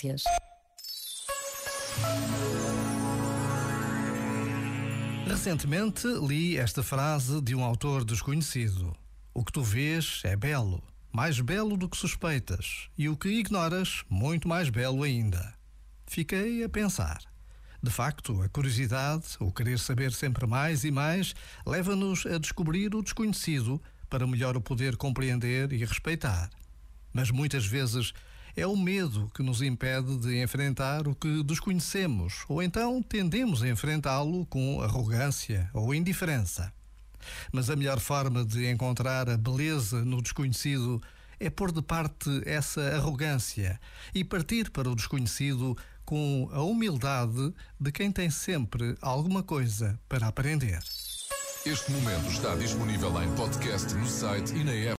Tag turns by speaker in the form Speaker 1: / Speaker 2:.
Speaker 1: experiências.
Speaker 2: Recentemente li esta frase de um autor desconhecido: "O que tu vês é belo, mais belo do que suspeitas, e o que ignoras, muito mais belo ainda." Fiquei a pensar. De facto, a curiosidade, o querer saber sempre mais e mais, leva-nos a descobrir o desconhecido para melhor o poder compreender e respeitar. Mas muitas vezes é o medo que nos impede de enfrentar o que desconhecemos, ou então tendemos a enfrentá-lo com arrogância ou indiferença. Mas a melhor forma de encontrar a beleza no desconhecido é pôr de parte essa arrogância e partir para o desconhecido com a humildade de quem tem sempre alguma coisa para aprender.
Speaker 3: Este momento está disponível em podcast no site e na app.